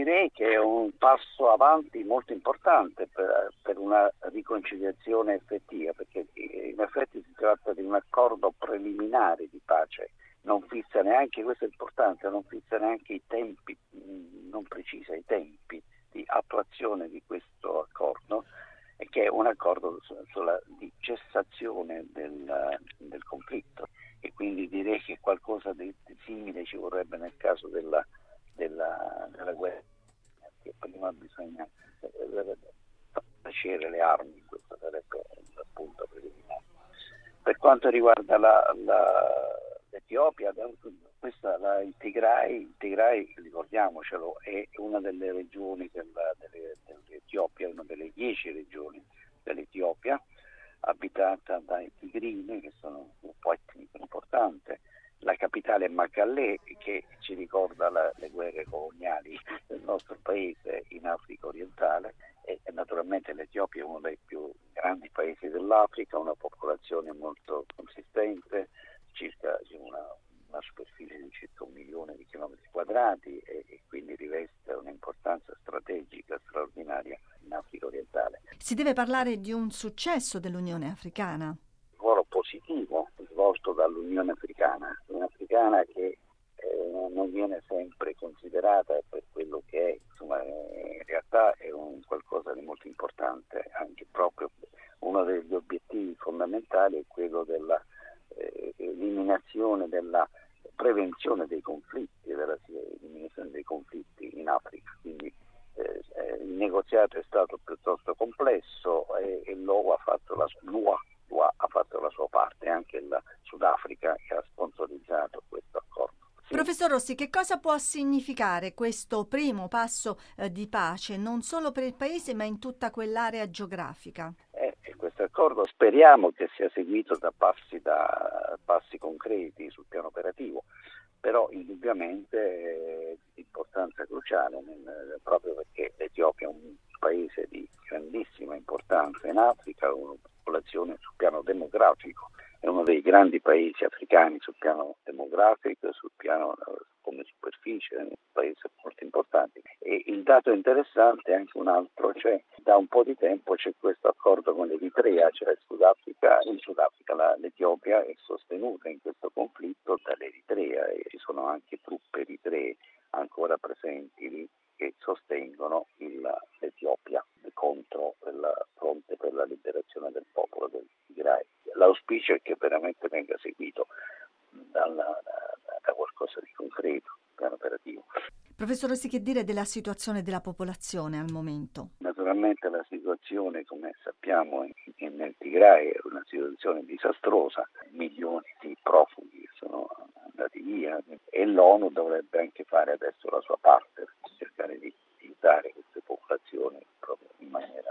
direi che è un passo avanti molto importante per una riconciliazione effettiva, perché in effetti si tratta di un accordo preliminare di pace, non fissa neanche, questo è importante, non fissa neanche i tempi, non precisa i tempi di attuazione di questo accordo, e che è un accordo di cessazione del conflitto, e quindi direi che qualcosa di simile ci vorrebbe nel caso della guerra, che prima bisogna tacere le armi, questo sarebbe il punto preliminare. Per quanto riguarda l'Etiopia, il Tigray, ricordiamocelo, è una delle regioni dell'Etiopia, una delle 10 regioni dell'Etiopia, abitata dai tigrini, che sono un gruppo etnico importante. La capitale è Mekelle, che ci ricorda le guerre coloniali del nostro paese in Africa orientale, e naturalmente l'Etiopia è uno dei più grandi paesi dell'Africa, una popolazione molto consistente, circa una superficie di circa 1 milione di chilometri quadrati, e quindi riveste un'importanza strategica straordinaria in Africa orientale. Si deve parlare di un successo dell'Unione Africana. Un ruolo positivo svolto dall'Unione Africana, che non viene sempre considerata per quello che è, insomma, in realtà è un qualcosa di molto importante, anche proprio uno degli obiettivi fondamentali è quello della eliminazione, della prevenzione dei conflitti, della eliminazione dei conflitti in Africa. Quindi il negoziato è stato piuttosto complesso, e l'OA ha fatto la sua parte, anche il Sudafrica che ha sponsorizzato questo accordo. Sì. Professor Rossi, che cosa può significare questo primo passo di pace, non solo per il Paese ma in tutta quell'area geografica? Questo accordo speriamo che sia seguito da passi concreti sul piano operativo, però indubbiamente è di importanza cruciale, proprio perché l'Etiopia è un paese di grandissima importanza in Africa, una popolazione sul piano demografico, è uno dei grandi paesi africani sul piano demografico, sul piano come superficie, è un paese molto importante. E il dato interessante è anche un altro, cioè da un po' di tempo c'è questo accordo con l'Eritrea, cioè in Sudafrica l'Etiopia è sostenuta in questo conflitto dall'Eritrea, e ci sono anche truppe eritree ancora presenti lì che sostengono l'Etiopia contro il fronte per la liberazione del popolo del Tigray. L'auspicio è che veramente venga seguito da qualcosa di concreto, piano operativo. Professor Rossi, che dire della situazione della popolazione al momento? Naturalmente la situazione, come sappiamo, nel Tigray è una situazione disastrosa, milioni di profughi sono andati via, e l'ONU dovrebbe anche fare adesso la sua parte per cercare di aiutare queste popolazioni proprio in maniera